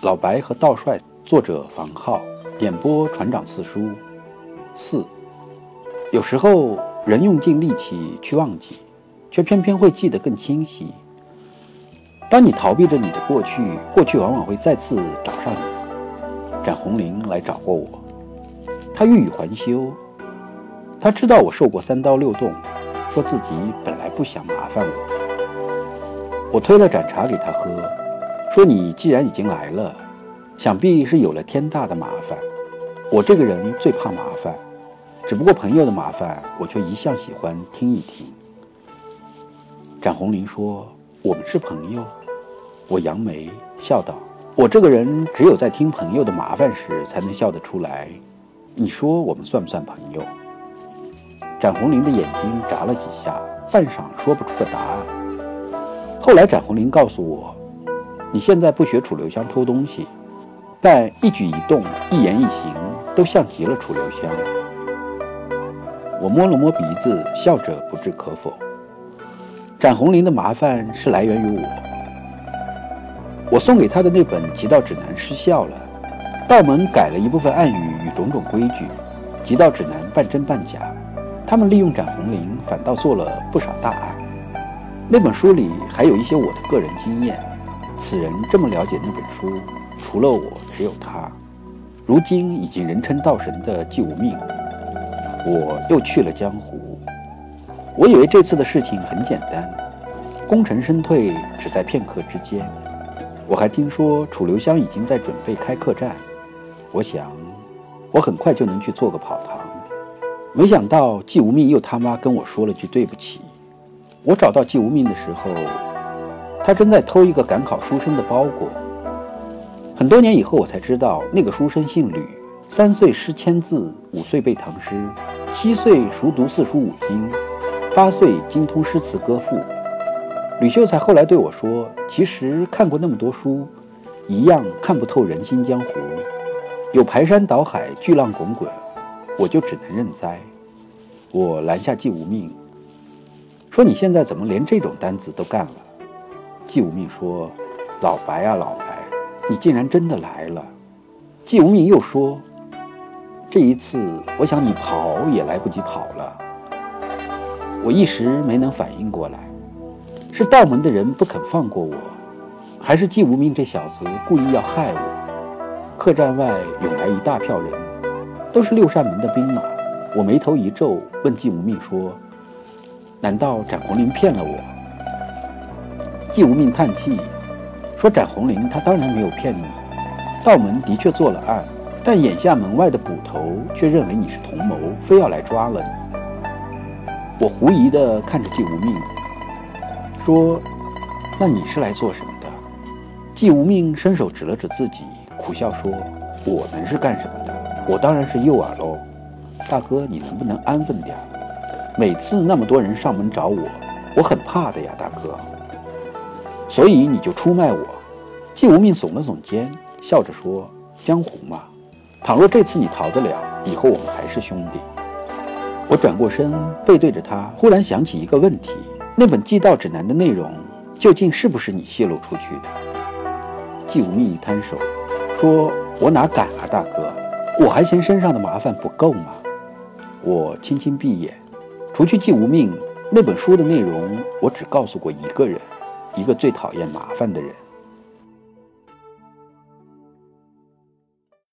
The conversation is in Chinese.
老白和道帅，作者房浩，演播船长四叔。4. 有时候人用尽力气去忘记，却偏偏会记得更清晰。当你逃避着你的过去，过去往往会再次找上你。展红绫来找过我，他欲语还休。他知道我受过3刀6洞，说自己本来不想麻烦我。我推了盏茶给他喝，说你既然已经来了，想必是有了天大的麻烦。我这个人最怕麻烦，只不过朋友的麻烦我却一向喜欢听一听。展红绫说，我们是朋友。我扬眉笑道，我这个人只有在听朋友的麻烦时才能笑得出来，你说我们算不算朋友？展红绫的眼睛眨了几下，半晌说不出个答案。后来展红绫告诉我，你现在不学楚留香偷东西，但一举一动一言一行都像极了楚留香。我摸了摸鼻子，笑着不置可否。展红绫的麻烦是来源于我送给他的那本极道指南失效了，道门改了一部分暗语与种种规矩，极道指南半真半假，他们利用展红绫反倒做了不少大案。那本书里还有一些我的个人经验，此人这么了解那本书，除了我只有他。如今已经人称道神的季无命，我又去了江湖。我以为这次的事情很简单，功成身退只在片刻之间。我还听说楚留香已经在准备开客栈，我想我很快就能去做个跑堂。没想到季无命又他妈跟我说了句对不起。我找到季无命的时候，他正在偷一个赶考书生的包裹。很多年以后我才知道，那个书生姓吕，3岁诗1000字，5岁背唐诗，7岁熟读4书5经，8岁精通诗词歌赋。吕秀才后来对我说，其实看过那么多书，一样看不透人心江湖，有排山倒海，巨浪滚滚，我就只能认栽。我拦下季无命，说你现在怎么连这种单子都干了？季无命说，老白啊老白，你竟然真的来了。季无命又说，这一次我想你跑也来不及跑了。我一时没能反应过来，是道门的人不肯放过我，还是季无命这小子故意要害我？客栈外涌来一大票人，都是6扇门的兵马。我眉头一皱，问季无命说，难道展红绫骗了我？季无命叹气说，展红绫他当然没有骗你，道门的确做了案，但眼下门外的捕头却认为你是同谋，非要来抓了你。我狐疑地看着季无命说，那你是来做什么的？季无命伸手指了指自己，苦笑说，我能是干什么的？我当然是诱饵喽。大哥，你能不能安分点？每次那么多人上门找我，我很怕的呀，大哥。所以你就出卖我？季无命耸了耸肩，笑着说，江湖嘛，倘若这次你逃得了，以后我们还是兄弟。我转过身背对着他，忽然想起一个问题，那本极道指南的内容究竟是不是你泄露出去的？季无命一摊手说，我哪敢啊，大哥，我还嫌身上的麻烦不够吗？我轻轻闭眼，除去季无命，那本书的内容我只告诉过一个人，一个最讨厌麻烦的人。